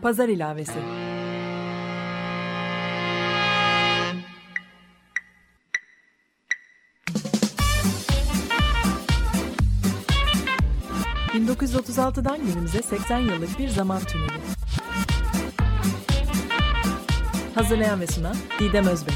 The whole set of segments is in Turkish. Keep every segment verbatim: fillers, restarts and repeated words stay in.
Pazar ilavesi. bin dokuz yüz otuz altıdan günümüze seksen yıllık bir zaman tüneli. Hazırlayan ve sunan Didem Özbek.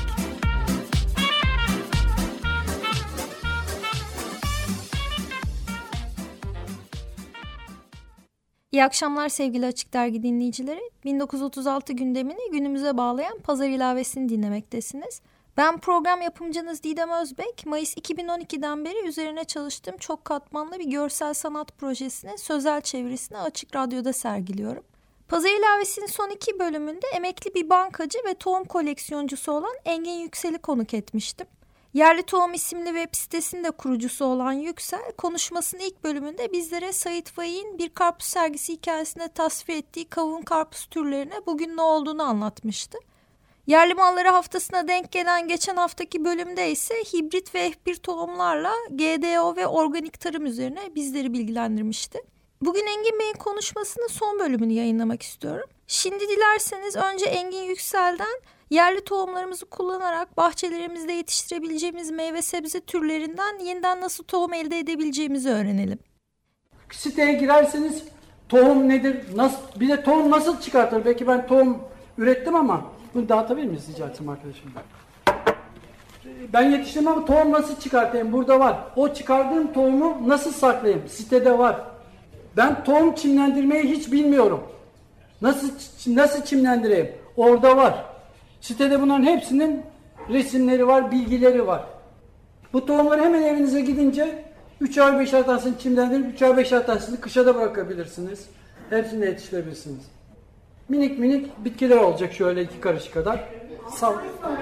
İyi akşamlar sevgili Açık Dergi dinleyicileri. bin dokuz yüz otuz altı gündemini günümüze bağlayan Pazar ilavesini dinlemektesiniz. Ben program yapımcınız Didem Özbek. Mayıs iki bin on ikiden beri üzerine çalıştığım çok katmanlı bir görsel sanat projesinin sözel çevirisini Açık Radyo'da sergiliyorum. Pazar ilavesinin son iki bölümünde emekli bir bankacı ve tohum koleksiyoncusu olan Engin Yüksel'i konuk etmiştim. Yerli Tohum isimli web sitesinin de kurucusu olan Yüksel, konuşmasının ilk bölümünde bizlere Sait Faik'in bir karpuz sergisi hikayesinde tasvir ettiği kavun karpuz türlerine bugün ne olduğunu anlatmıştı. Yerli malları haftasına denk gelen geçen haftaki bölümde ise hibrit ve F bir tohumlarla G D O ve organik tarım üzerine bizleri bilgilendirmişti. Bugün Engin Bey'in konuşmasının son bölümünü yayınlamak istiyorum. Şimdi dilerseniz önce Engin Yüksel'den yerli tohumlarımızı kullanarak bahçelerimizde yetiştirebileceğimiz meyve sebze türlerinden yeniden nasıl tohum elde edebileceğimizi öğrenelim. Siteye girerseniz tohum nedir, nasıl, bir de tohum nasıl çıkartılır? Belki ben tohum ürettim ama bunu dağıtabilir miyiz rica etsem arkadaşım? Ben yetiştirdim ama tohum nasıl çıkartayım? Burada var. O çıkardığım tohumu nasıl saklayayım? Sitede var. Ben tohum çimlendirmeyi hiç bilmiyorum. Nasıl nasıl çimlendireyim? Orada var. Sitede bunların hepsinin resimleri var, bilgileri var. Bu tohumları hemen evinize gidince üç ay beş ay tanesini çimlendirip üç ay beş ay tanesini kışa da bırakabilirsiniz. Hepsini de yetiştirebilirsiniz. Minik minik bitkiler olacak şöyle iki karış kadar. Sal.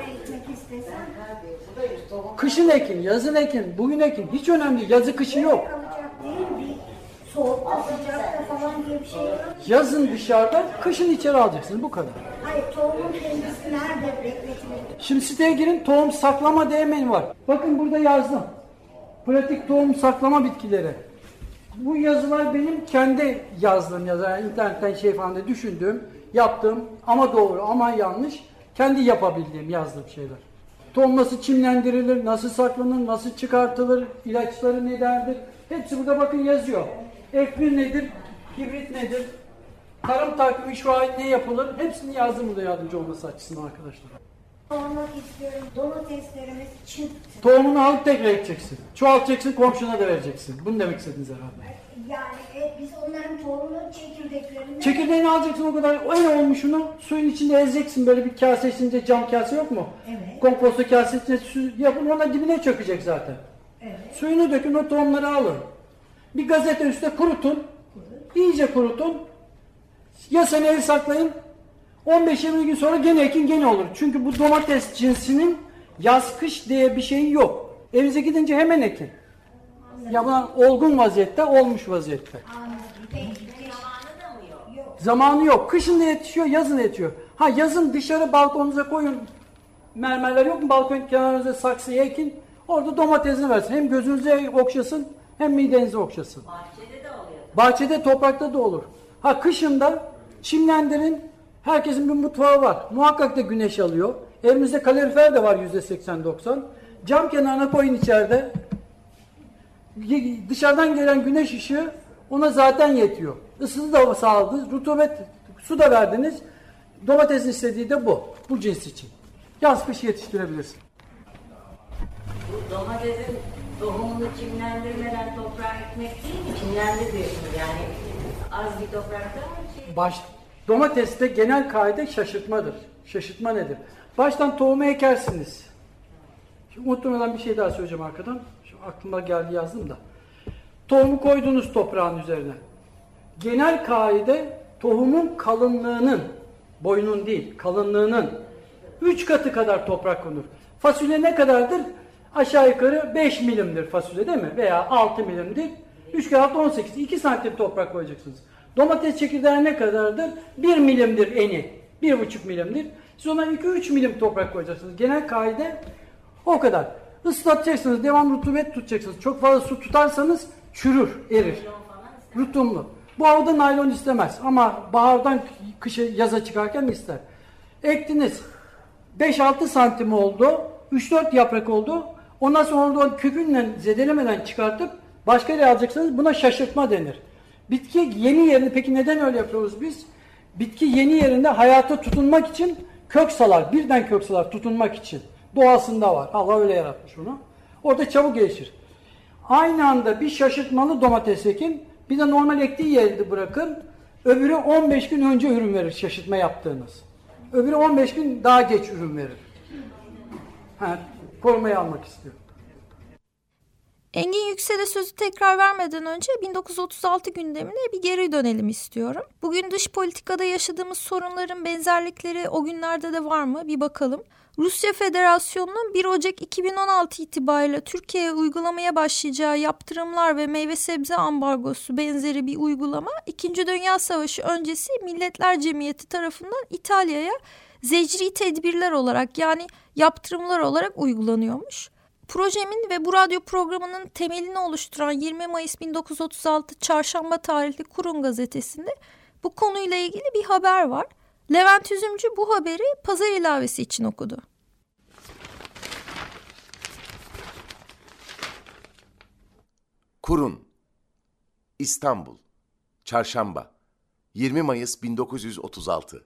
Kışın ekin, yazın ekin, bugün ekin. Hiç önemli değil. Yazı kışı yok. Soğukta, sıcakta falan diye bir şey yok. Yazın dışarıda, kışın içeri alacaksınız. Bu kadar. Hayır, tohumun kendisi nerede bekletilir? Şimdi siteye girin, tohum saklama değmeni var. Bakın burada yazdım. Pratik tohum saklama bitkileri. Bu yazılar benim kendi yazdığım yazılar. Yani internetten şey falan da düşündüğüm, yaptığım ama doğru ama yanlış. Kendi yapabildiğim, yazdığım şeyler. Tohum nasıl çimlendirilir, nasıl saklanır, nasıl çıkartılır, ilaçları nelerdir? Hepsi burada bakın yazıyor. F bir nedir, hibrit nedir, tarım takvimi şu ay ne yapılır? Hepsini yazdım burada yardımcı olması açısından arkadaşlar. Sormak istiyorum. Domateslerimiz çıktı. Tohumunu alıp tekrar ekeceksin. Çoğaltacaksın, komşuna da vereceksin. Bunu demek istediniz herhalde. Yani e, biz onların tohumunun çekirdeklerini... Çekirdeğini alacaksın o kadar. Öyle olmuşunu suyun içinde ezeceksin. Böyle bir kase içinde cam kase yok mu? Evet. Komposto kase içinde su yapın, ona dibine çökecek zaten. Evet. Suyunu dökün, o tohumları alın. Bir gazete üstte kurutun. İyice kurutun. Ya seneye saklayın. on beş yirmi gün sonra gene ekin gene olur. Çünkü bu domates cinsinin yaz kış diye bir şey yok. Evinize gidince hemen ekin. Ya bunlar olgun vaziyette, olmuş vaziyette. Zamanı da mı yok? Yok. Zamanı yok. Kışın da yetişiyor, yazın yetişiyor. Ha yazın dışarı balkonunuza koyun. Mermerler yok mu? Balkon kenarınıza saksıya ekin. Orada domatesini versin. Hem gözünüze okşasın hem midenize okşasın. Bahçede de oluyor. Bahçede, toprakta da olur. Ha kışında çimlendirin. Herkesin bir mutfağı var. Muhakkak da güneş alıyor. Evinizde kalorifer de var yüzde seksen doksan. Cam kenarına koyun içeride. Dışarıdan gelen güneş ışığı ona zaten yetiyor. Isını da sağladınız. Rutubet, su da verdiniz. Domatesin istediği de bu. Bu cins için. Yaz kış yetiştirebilirsin. Bu domatesin tohumunu çimlendirmeden toprağa ekmek değil mi? Çimlendiriyorsun yani az bir toprakta mı? Şey? Baş, domateste genel kaide şaşırtmadır. Şaşırtma nedir? Baştan tohumu ekersiniz. Şimdi unutmadan bir şey daha söyleyeceğim arkadan. Şu aklıma geldi yazdım da. Tohumu koydunuz toprağın üzerine. Genel kaide tohumun kalınlığının, boyunun değil, kalınlığının üç katı kadar toprak konur. Fasulye ne kadardır? Aşağı yukarı beş milimdir fasulye değil mi? Veya altı milimdir. üç kere altı on sekiz. iki santim toprak koyacaksınız. Domates çekirdeği ne kadardır? bir milimdir eni. bir buçuk milimdir. Siz ona iki üç milim toprak koyacaksınız. Genel kaide o kadar. Islatacaksınız. Devam rutubet tutacaksınız. Çok fazla su tutarsanız çürür, erir. Rutumlu. Bu havada naylon istemez ama bahardan kışa, yaza çıkarken ister. Ektiniz. beş altı santim oldu. üç dört yaprak oldu. Ondan sonra onu kökünle zedelemeden çıkartıp başka yere alacaksınız. Buna şaşırtma denir. Bitki yeni yerini, peki neden öyle yapıyoruz biz? Bitki yeni yerinde hayata tutunmak için kök salar. Birden kök salar tutunmak için. Doğasında var. Allah öyle yaratmış onu. Orada çabuk gelişir. Aynı anda bir şaşırtmalı domates ekin. Bir de normal ektiği yerde bırakın. Öbürü on beş gün önce ürün verir şaşırtma yaptığınız. Öbürü on beş gün daha geç ürün verir. Ha, korumayı almak istiyor. Engin Yüksel'e sözü tekrar vermeden önce bin dokuz yüz otuz altı gündemine bir geri dönelim istiyorum. Bugün dış politikada yaşadığımız sorunların benzerlikleri o günlerde de var mı? Bir bakalım. Rusya Federasyonu'nun bir Ocak iki bin on altı itibariyle Türkiye'ye uygulamaya başlayacağı yaptırımlar ve meyve sebze ambargosu benzeri bir uygulama İkinci Dünya Savaşı öncesi Milletler Cemiyeti tarafından İtalya'ya zecri tedbirler olarak yani yaptırımlar olarak uygulanıyormuş. Projemin ve bu radyo programının temelini oluşturan yirmi Mayıs bin dokuz yüz otuz altı Çarşamba tarihli Kurum gazetesinde bu konuyla ilgili bir haber var. Levent Üzümcü bu haberi pazar ilavesi için okudu. Kurun, İstanbul, Çarşamba, yirmi Mayıs bin dokuz yüz otuz altı.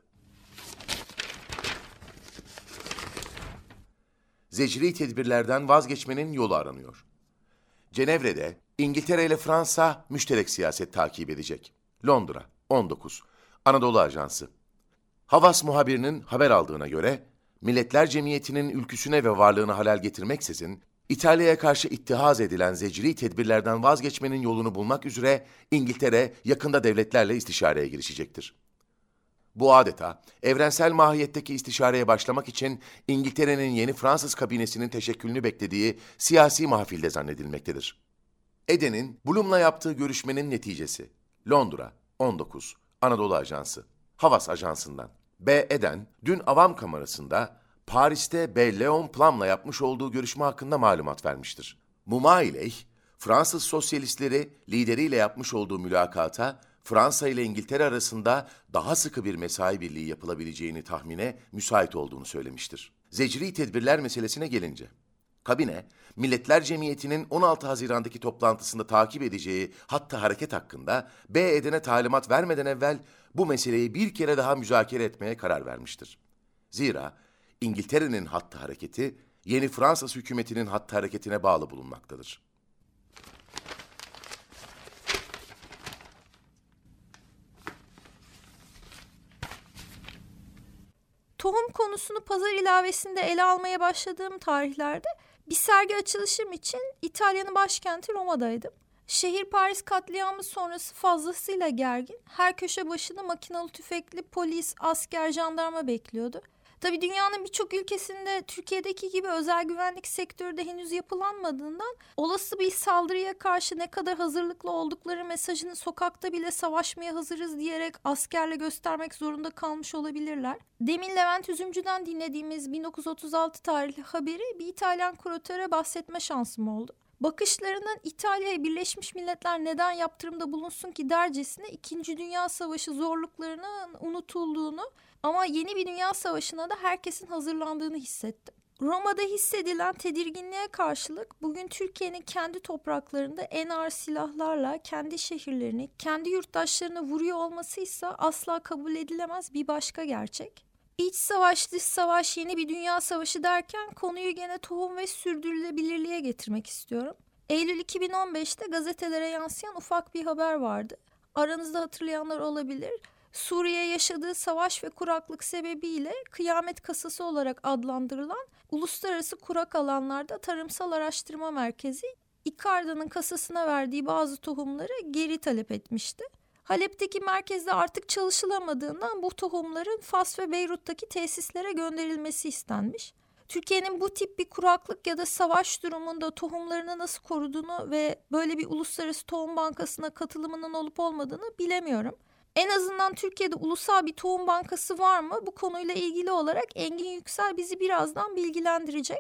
Zecri tedbirlerden vazgeçmenin yolu aranıyor. Cenevre'de İngiltere ile Fransa müşterek siyaset takip edecek. Londra, on dokuz, Anadolu Ajansı. Havas muhabirinin haber aldığına göre, Milletler Cemiyeti'nin ülküsüne ve varlığına halel getirmeksizin, İtalya'ya karşı ittihaz edilen zecri tedbirlerden vazgeçmenin yolunu bulmak üzere İngiltere yakında devletlerle istişareye girişecektir. Bu adeta evrensel mahiyetteki istişareye başlamak için İngiltere'nin yeni Fransız kabinesinin teşekkülünü beklediği siyasi mahfilde zannedilmektedir. Eden'in Blum'la yaptığı görüşmenin neticesi. Londra, on dokuz, Anadolu Ajansı. Havas Ajansı'ndan. B. Eden, dün Avam Kamerası'nda Paris'te B. Léon Plam'la yapmış olduğu görüşme hakkında malumat vermiştir. Mumaileh, Fransız sosyalistleri lideriyle yapmış olduğu mülakata Fransa ile İngiltere arasında daha sıkı bir mesai birliği yapılabileceğini tahmine müsait olduğunu söylemiştir. Zecri tedbirler meselesine gelince, kabine, Milletler Cemiyeti'nin on altı Haziran'daki toplantısında takip edeceği hatta hareket hakkında B. Eden'e talimat vermeden evvel bu meseleyi bir kere daha müzakere etmeye karar vermiştir. Zira İngiltere'nin hattı hareketi, yeni Fransız hükümetinin hattı hareketine bağlı bulunmaktadır. Tohum konusunu pazar ilavesinde ele almaya başladığım tarihlerde bir sergi açılışım için İtalya'nın başkenti Roma'daydım. Şehir Paris katliamı sonrası fazlasıyla gergin. Her köşe başında makinalı tüfekli polis, asker, jandarma bekliyordu. Tabii dünyanın birçok ülkesinde Türkiye'deki gibi özel güvenlik sektörü de henüz yapılanmadığından olası bir saldırıya karşı ne kadar hazırlıklı oldukları mesajını sokakta bile savaşmaya hazırız diyerek askerle göstermek zorunda kalmış olabilirler. Demin Levent Üzümcü'den dinlediğimiz bin dokuz yüz otuz altı tarihli haberi bir İtalyan kuratöre bahsetme şansım oldu. Bakışlarının İtalya'ya Birleşmiş Milletler neden yaptırımda bulunsun ki dercesine İkinci Dünya Savaşı zorluklarının unutulduğunu ama yeni bir dünya savaşına da herkesin hazırlandığını hissettim. Roma'da hissedilen tedirginliğe karşılık bugün Türkiye'nin kendi topraklarında en ağır silahlarla kendi şehirlerini, kendi yurttaşlarını vuruyor olması ise asla kabul edilemez bir başka gerçek. İç savaş, dış savaş, yeni bir dünya savaşı derken konuyu gene tohum ve sürdürülebilirliğe getirmek istiyorum. Eylül iki bin on beşte gazetelere yansıyan ufak bir haber vardı. Aranızda hatırlayanlar olabilir. Suriye yaşadığı savaş ve kuraklık sebebiyle kıyamet kasası olarak adlandırılan Uluslararası Kurak Alanlarda Tarımsal Araştırma Merkezi, İKARDA'nın kasasına verdiği bazı tohumları geri talep etmişti. Halep'teki merkezde artık çalışılamadığından bu tohumların Fas ve Beyrut'taki tesislere gönderilmesi istenmiş. Türkiye'nin bu tip bir kuraklık ya da savaş durumunda tohumlarını nasıl koruduğunu ve böyle bir uluslararası tohum bankasına katılımının olup olmadığını bilemiyorum. En azından Türkiye'de ulusal bir tohum bankası var mı? Bu konuyla ilgili olarak Engin Yüksel bizi birazdan bilgilendirecek.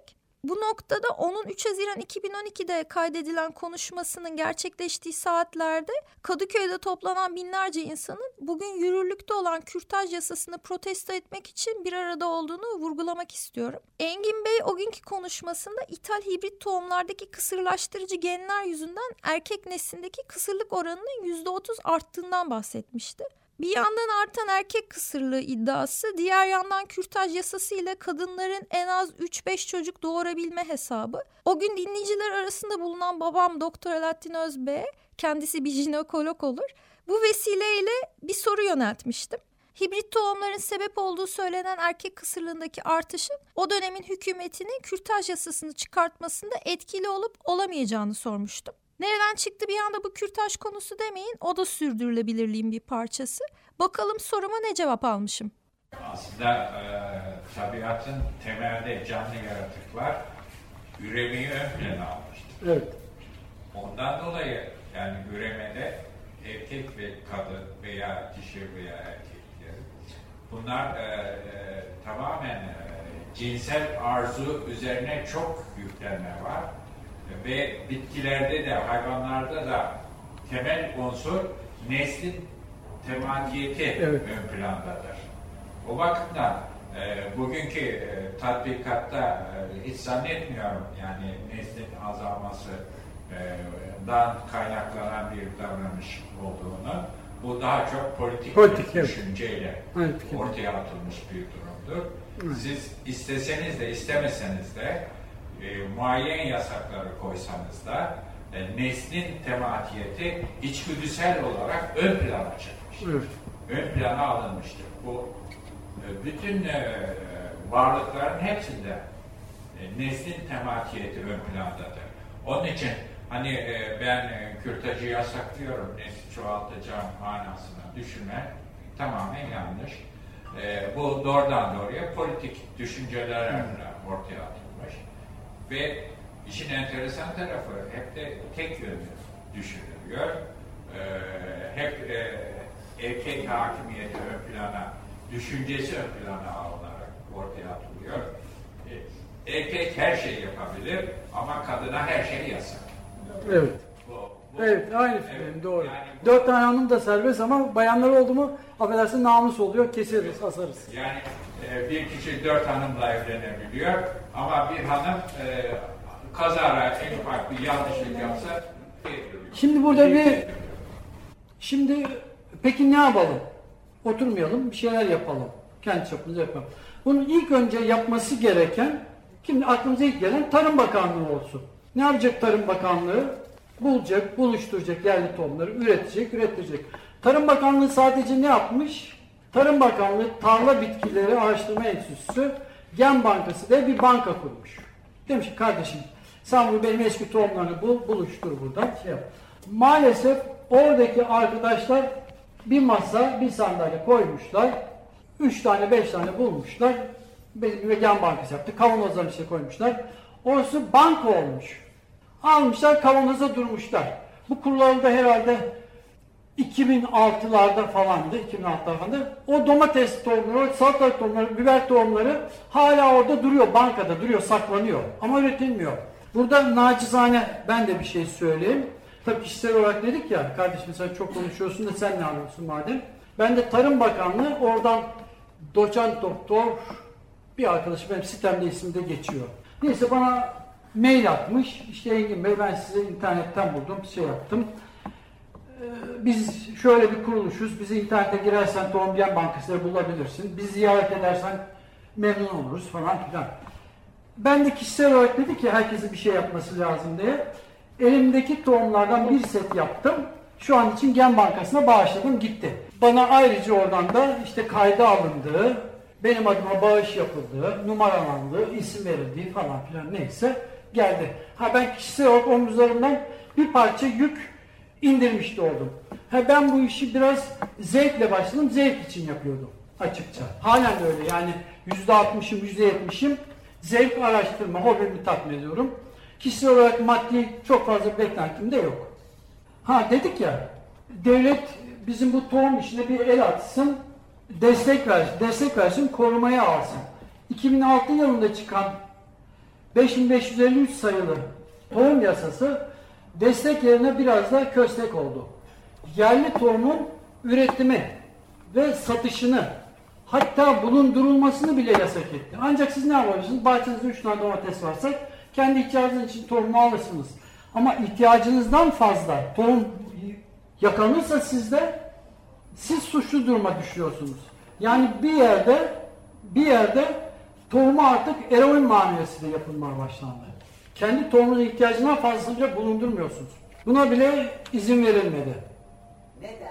Bu noktada onun üç Haziran iki bin on ikide kaydedilen konuşmasının gerçekleştiği saatlerde Kadıköy'de toplanan binlerce insanın bugün yürürlükte olan kürtaj yasasını protesto etmek için bir arada olduğunu vurgulamak istiyorum. Engin Bey o günkü konuşmasında ithal hibrit tohumlardaki kısırlaştırıcı genler yüzünden erkek neslindeki kısırlık oranının yüzde otuz arttığından bahsetmişti. Bir yandan artan erkek kısırlığı iddiası, diğer yandan kürtaj yasası ile kadınların en az üç beş çocuk doğurabilme hesabı. O gün dinleyiciler arasında bulunan babam Doktor Alaaddin Özbey'e, kendisi bir jinekolog olur, bu vesileyle bir soru yöneltmiştim. Hibrit tohumların sebep olduğu söylenen erkek kısırlığındaki artışın o dönemin hükümetinin kürtaj yasasını çıkartmasında etkili olup olamayacağını sormuştum. Nereden çıktı bir anda bu kürtaj konusu demeyin, o da sürdürülebilirliğin bir parçası. Bakalım soruma ne cevap almışım? Aslında e, tabiatın temelde canlı yaratıklar üremeyi ön plana almıştır. Evet. Ondan dolayı yani üremede erkek ve kadın veya dişi veya erkekler bunlar e, e, tamamen e, cinsel arzu üzerine çok yüklenme var. Ve bitkilerde de hayvanlarda da temel unsur neslin tematiyeti evet. ön plandadır. O bakımdan e, bugünkü e, tatbikatta e, hiç zannetmiyorum yani neslin azalmasından e, kaynaklanan bir davranış olduğunu. Bu daha çok politik, politik bir düşünceyle evet. ortaya atılmış bir durumdur. Evet. Siz isteseniz de istemeseniz de E, muayyen yasakları koysanız da e, neslin tematiyeti içgüdüsel olarak ön plana çıkmıştır. Evet. Ön plana alınmıştır. Bu e, bütün e, varlıkların hepsinde e, neslin tematiyeti ön plandadır. Onun için hani e, ben e, kürtajı yasaklıyorum, nesli çoğaltacağım manasına düşünme tamamen yanlış. E, bu doğrudan doğruya politik düşüncelerle ortaya atılmış. Ve işin enteresan tarafı hep de tek yönlü düşünülüyor. Ee, hep e, erkek hakimiyeti ön plana, düşüncesi ön plana alınarak ortaya atılıyor. Ee, erkek her şeyi yapabilir ama kadına her şey yasak. Evet. Bu, bu, evet, aynı fikrim, evet, doğru. Yani bu, Dört tane hanım da serbest ama bayanlar oldu mu affedersin namus oluyor, keseriz, asarız. Yani e, bir kişi dört hanımla evlenebiliyor ama bir hanım e, kazara en ufak bir yanlışlık yapsa şimdi burada bir şimdi peki ne yapalım? Oturmayalım, bir şeyler yapalım. Kendi çapımızda yapalım. Bunun ilk önce yapması gereken, şimdi aklımıza ilk gelen Tarım Bakanlığı olsun. Ne yapacak Tarım Bakanlığı? Bulacak, buluşturacak yerli tohumları, üretecek, üretecek. Tarım Bakanlığı sadece ne yapmış? Tarım Bakanlığı Tarla Bitkileri Araştırma Enstitüsü Gen Bankası diye bir banka kurmuş. Demiş ki kardeşim sen bu benim eski tohumlarını bul, buluştur buradan. Şey yap. Maalesef oradaki arkadaşlar bir masa, bir sandalye koymuşlar. Üç tane, beş tane bulmuşlar. Benim bir Gen Bankası yaptı. Kavanozlarını işte koymuşlar. Orası banka olmuş. Almışlar, kavanoza durmuşlar. Bu kurullarda herhalde iki bin altılarda falandı, iki bin altılarda falandı. O domates tohumları, salatalık tohumları, biber tohumları hala orada duruyor, bankada duruyor, saklanıyor. Ama üretilmiyor. Burada nacizane ben de bir şey söyleyeyim. Tabii kişisel olarak dedik ya, kardeşim sen çok konuşuyorsun da sen ne anlıyorsun madem. Ben de Tarım Bakanlığı oradan doçent doktor bir arkadaşım benim sitemde isimde geçiyor. Neyse bana mail atmış. İşte Engin Bey ben size internetten buldum, şey yaptım. Ee, biz şöyle bir kuruluşuz. Bizi internete girersen Tohum Gen Bankası'nda bulabilirsin. Bizi ziyaret edersen memnun oluruz falan filan. Ben de kişisel olarak dedi ki herkesin bir şey yapması lazım diye. Elimdeki tohumlardan bir set yaptım. Şu an için Gen Bankası'na bağışladım gitti. Bana ayrıca oradan da işte kayda alındığı, benim adıma bağış yapıldığı, numaralandığı, isim verildiği falan filan neyse geldi. Ha ben kişisel olarak omuzlarımdan bir parça yük indirmiş de oldum. Ha ben bu işi biraz zevkle başladım, zevk için yapıyordum açıkça. Halen de öyle yani yüzde altmışım, yüzde yetmişim zevk araştırma, hobimi tatmin ediyorum. Kişisel olarak maddi çok fazla beklentim de yok. Ha dedik ya, devlet bizim bu tohum işine bir el atsın, destek versin, destek versin, korumaya alsın. iki bin altı yılında çıkan beş bin beş yüz elli üç sayılı tohum yasası destek yerine biraz da köstek oldu. Yerli tohumun üretimi ve satışını, hatta bulundurulmasını bile yasak etti. Ancak siz ne yapabilirsiniz? Bahçenizde üç tane domates varsa kendi ihtiyacınız için tohumu alırsınız. Ama ihtiyacınızdan fazla tohum yakalanırsa sizde, siz suçlu duruma düşüyorsunuz. Yani bir yerde bir yerde tohumu artık eroin muamelesi de yapılmaya başlandı. Kendi tohumunun ihtiyacından fazlasıyla bulundurmuyorsunuz. Buna bile izin verilmedi. Neden?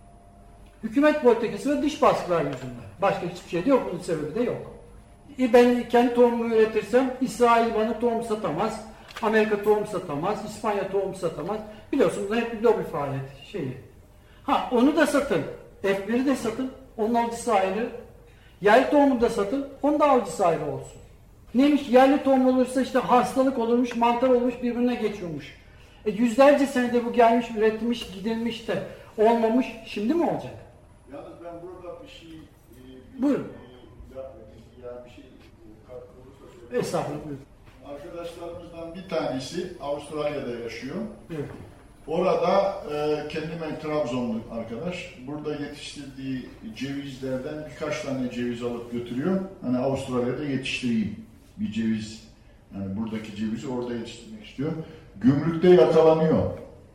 Hükümet politikası ve dış baskılar yüzünden. Başka hiçbir şey de yok. Bunun sebebi de yok. E ben kendi tohumumu üretirsem İsrail bana tohum satamaz. Amerika tohum satamaz. İspanya tohum satamaz. Biliyorsunuz hep bir lobi faaliyeti şeyi. Ha onu da satın. F bir'i de satın. Onun alıcısı ayrı. Yerli tohumu da satın. Onun da alıcısı ayrı olsun. Neymiş? Yerli tohum olursa işte hastalık olurmuş, mantar olmuş, birbirine geçiyormuş. E yüzlerce senede bu gelmiş, üretilmiş, gidilmiş de olmamış. Şimdi mi olacak? Yalnız ben burada bir şey... E, bir, Buyurun. E, ya bir şey katkı olursa söyleyeyim. Estağfurullah. Buyurun. Arkadaşlarımızdan bir tanesi Avustralya'da yaşıyor. Evet. Orada e, kendimen Trabzonlu arkadaş. Burada yetiştirdiği cevizlerden birkaç tane ceviz alıp götürüyor. Hani Avustralya'da yetiştireyim bir ceviz. Yani buradaki cevizi orada yetiştirmek istiyor. Gümrükte yakalanıyor.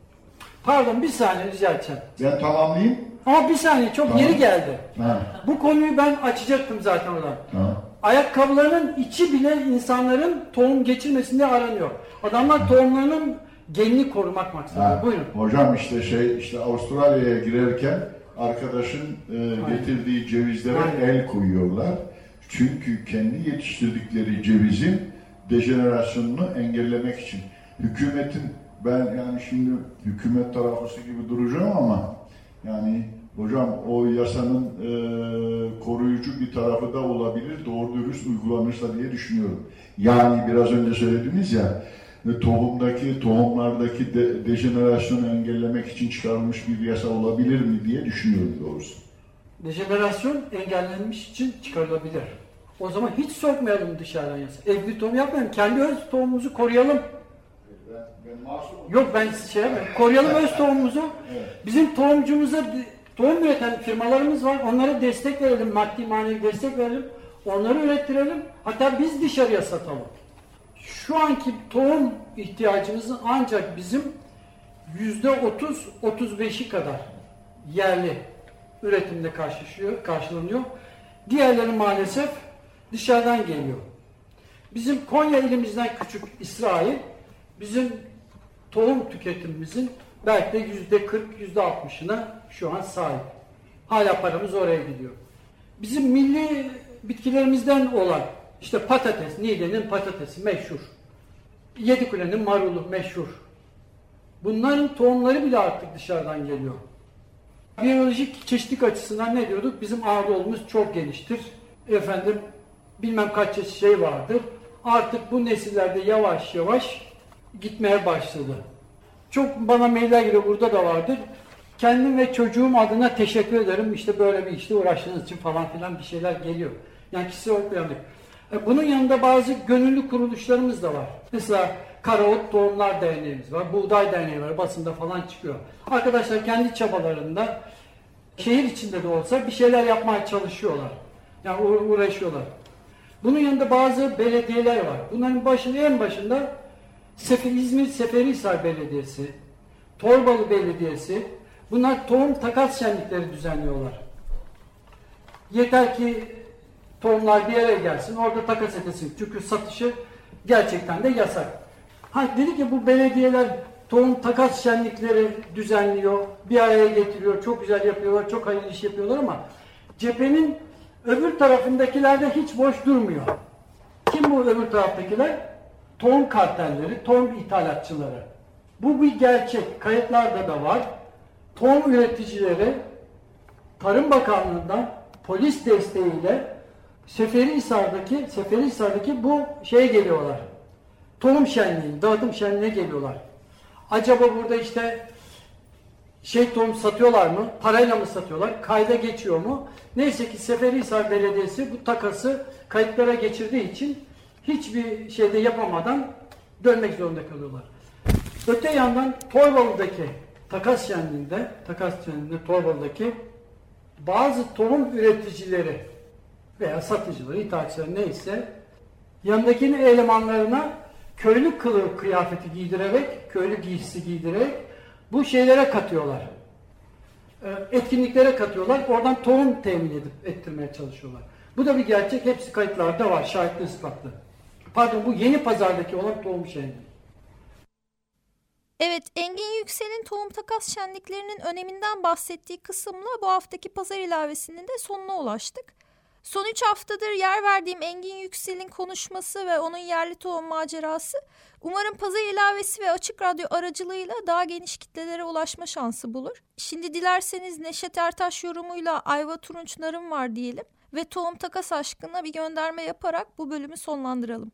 Pardon bir saniye rica edeceğim. Ben tamamlayayım. Ama bir saniye çok Tamam. yeri geldi. Ha. Bu konuyu ben açacaktım zaten oradan. Ha. Ayakkabılarının içi bile insanların tohum geçirmesinde aranıyor. Adamlar tohumlarının genini korumak maksadıyla. Ha. Buyurun. Hocam işte şey işte Avustralya'ya girerken arkadaşın e, getirdiği cevizlere Aynen. el koyuyorlar. Çünkü kendi yetiştirdikleri cevizin dejenerasyonunu engellemek için. Hükümetin, ben yani şimdi hükümet tarafısı gibi duracağım ama yani hocam o yasanın e, koruyucu bir tarafı da olabilir, doğru dürüst uygulanırsa diye düşünüyorum. Yani biraz önce söylediniz ya, tohumdaki, tohumlardaki de, dejenerasyonu engellemek için çıkarılmış bir yasa olabilir mi diye düşünüyorum doğrusu. Dejenerasyon engellenmiş için çıkarılabilir. O zaman hiç sokmayalım dışarıdan yasa. Evli tohum yapmayalım. Kendi öz tohumumuzu koruyalım. Ben, ben masum Yok ben şey yapmayayım. Koruyalım öz tohumumuzu. Evet. Bizim tohumcumuza tohum üreten firmalarımız var. Onlara destek verelim. Maddi manevi destek verelim. Onları ürettirelim. Hatta biz dışarıya satalım. Şu anki tohum ihtiyacımızın ancak bizim yüzde otuz otuz beşi kadar yerli üretimde karşılaşıyor, karşılanıyor. Diğerleri maalesef dışarıdan geliyor. Bizim Konya ilimizden küçük İsrail, bizim tohum tüketimimizin belki de yüzde kırk, yüzde altmışına şu an sahip. Hala paramız oraya gidiyor. Bizim milli bitkilerimizden olan işte patates, Niğde'nin patatesi meşhur. Yedikule'nin marulu meşhur. Bunların tohumları bile artık dışarıdan geliyor. Biyolojik çeşitlilik açısından ne diyorduk? Bizim Anadolu'muz çok geniştir. Efendim bilmem kaç çeşit şey vardır. Artık bu nesillerde yavaş yavaş gitmeye başladı. Çok bana mailler geliyor, burada da vardır. Kendim ve çocuğum adına teşekkür ederim. İşte böyle bir işte uğraştığınız için falan filan bir şeyler geliyor. Yani kişisel olarak beğendik. Bunun yanında bazı gönüllü kuruluşlarımız da var. Mesela Karaot Tohumlar Derneğimiz var, Buğday Derneği var, basında falan çıkıyor. Arkadaşlar kendi çabalarında şehir içinde de olsa bir şeyler yapmaya çalışıyorlar. Yani uğraşıyorlar. Bunun yanında bazı belediyeler var. Bunların başında, en başında Sefer, İzmir Seferihisar Belediyesi, Torbalı Belediyesi, bunlar tohum takas şenlikleri düzenliyorlar. Yeter ki tohumlar bir yere gelsin, orada takas edilsin. Çünkü satışı gerçekten de yasak. Ha, dedi ki bu belediyeler tohum takas şenlikleri düzenliyor, bir araya getiriyor, çok güzel yapıyorlar, çok hayırlı iş yapıyorlar ama cephenin öbür tarafındakilerde hiç boş durmuyor. Kim bu öbür taraftakiler? Tohum kartelleri, tohum ithalatçıları. Bu bir gerçek, kayıtlarda da var. Tohum üreticileri Tarım Bakanlığı'ndan polis desteğiyle Seferihisar'daki Seferihisar'daki bu şeye geliyorlar. Tohum şenliği, dağıtım şenliğine geliyorlar. Acaba burada işte şey tohum satıyorlar mı? Parayla mı satıyorlar? Kayda geçiyor mu? Neyse ki Seferihisar Belediyesi bu takası kayıtlara geçirdiği için hiçbir şeyde yapamadan dönmek zorunda kalıyorlar. Öte yandan Torbalı'daki takas şenliğinde, takas şenliğinde Torbalı'daki bazı tohum üreticileri veya satıcıları, ithalatçıları neyse yanındakinin elemanlarına köylü kılığı kıyafeti giydirerek, köylü giysisi giydirerek bu şeylere katıyorlar. Etkinliklere katıyorlar. Oradan tohum temin edip ettirmeye çalışıyorlar. Bu da bir gerçek. Hepsi kayıtlarda var. Şahitli, ispatlı. Pardon, bu Yeni Pazar'daki olan tohum şenliği. Evet, Engin Yüksel'in tohum takas şenliklerinin öneminden bahsettiği kısımla bu haftaki pazar ilavesinin de sonuna ulaştık. Son üç haftadır yer verdiğim Engin Yüksel'in konuşması ve onun yerli tohum macerası umarım pazar ilavesi ve Açık Radyo aracılığıyla daha geniş kitlelere ulaşma şansı bulur. Şimdi dilerseniz Neşet Ertaş yorumuyla Ayva Turunç Narım var diyelim ve tohum takas aşkına bir gönderme yaparak bu bölümü sonlandıralım.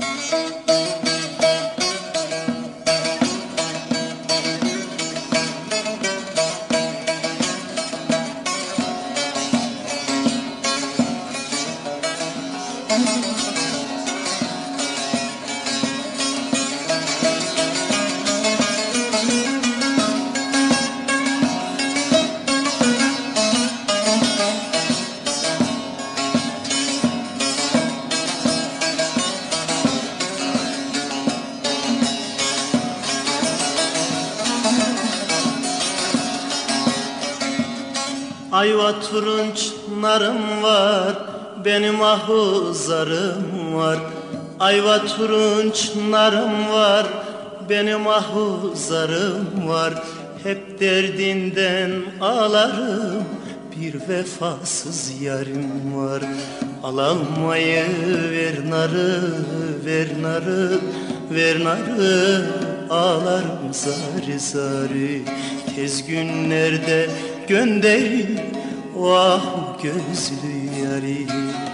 Ayva turunç narım var, benim ahuzarım var. Ayva turunç narım var, benim ahuzarım var. Hep derdinden ağlarım, bir vefasız yarim var. Al almayı ver narı, ver narı, ver narı. Ağlarım zari zari, tez günlerde gönderin o ah gözlü yari.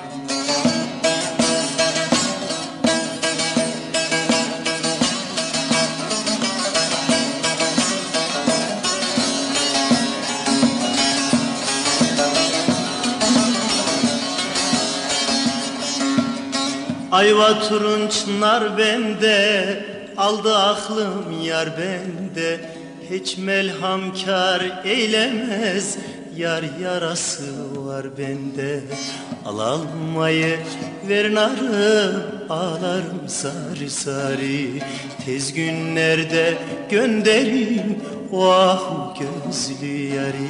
Ayva turunç nar bende, aldı aklım yar bende. Hiç melhamkar eylemez, yar yarası var bende. Al almayı ver narı, ağlarım sarı sarı. Tez günlerde gönderin o ah gözlü yari.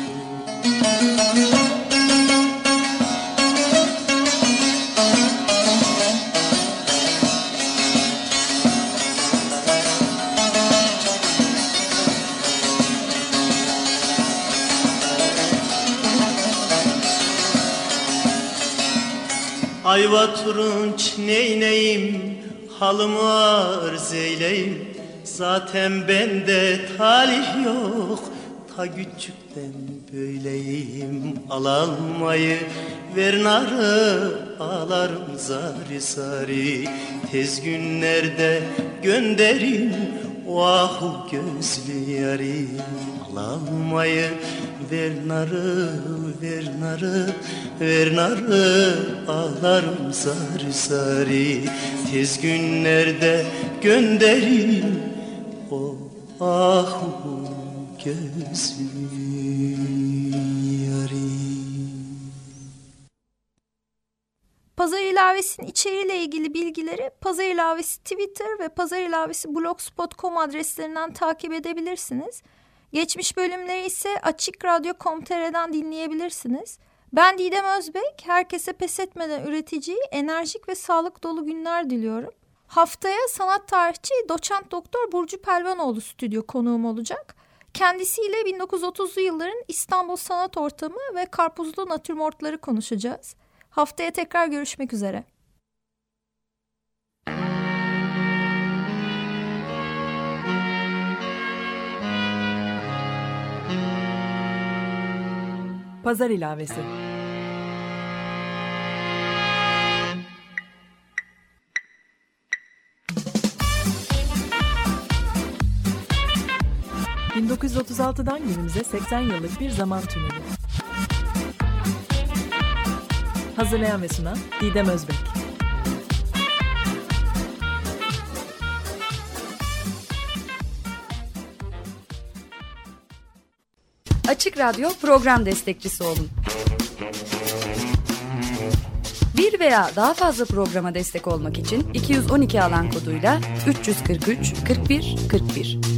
Ayva turunç neyneyim, halımı arz eyleyim. Zaten bende talih yok, ta küçükten böyleyim. Al almayı ver narı, ağlarım zari zari. Tez günlerde gönderin o ah gözlü yari. Al almayı ver narı, ver narı, ver narı. Ağlarım sarı sarı, tez günlerde gönderin o ah gözlü yari. Pazar ilavesinin içeriğiyle ilgili bilgileri Pazar ilavesi Twitter ve Pazar ilavesi blogspot nokta com adreslerinden takip edebilirsiniz. Geçmiş bölümleri ise açık radyo nokta com nokta tr'den dinleyebilirsiniz. Ben Didem Özbek, herkese pes etmeden üreticiyi enerjik ve sağlık dolu günler diliyorum. Haftaya sanat tarihçi doçent doktor Burcu Pelvanoğlu stüdyo konuğum olacak. Kendisiyle bin dokuz yüz otuzlu yılların İstanbul sanat ortamı ve karpuzlu natürmortları konuşacağız. Haftaya tekrar görüşmek üzere. Pazar ilavesi. bin dokuz yüz otuz altıdan günümüze seksen yıllık bir zaman tüneli. Hazırlayan ve sunan Didem Özbek. Açık Radyo program destekçisi olun. Bir veya daha fazla programa destek olmak için iki yüz on iki alan koduyla üç yüz kırk üç kırk bir kırk bir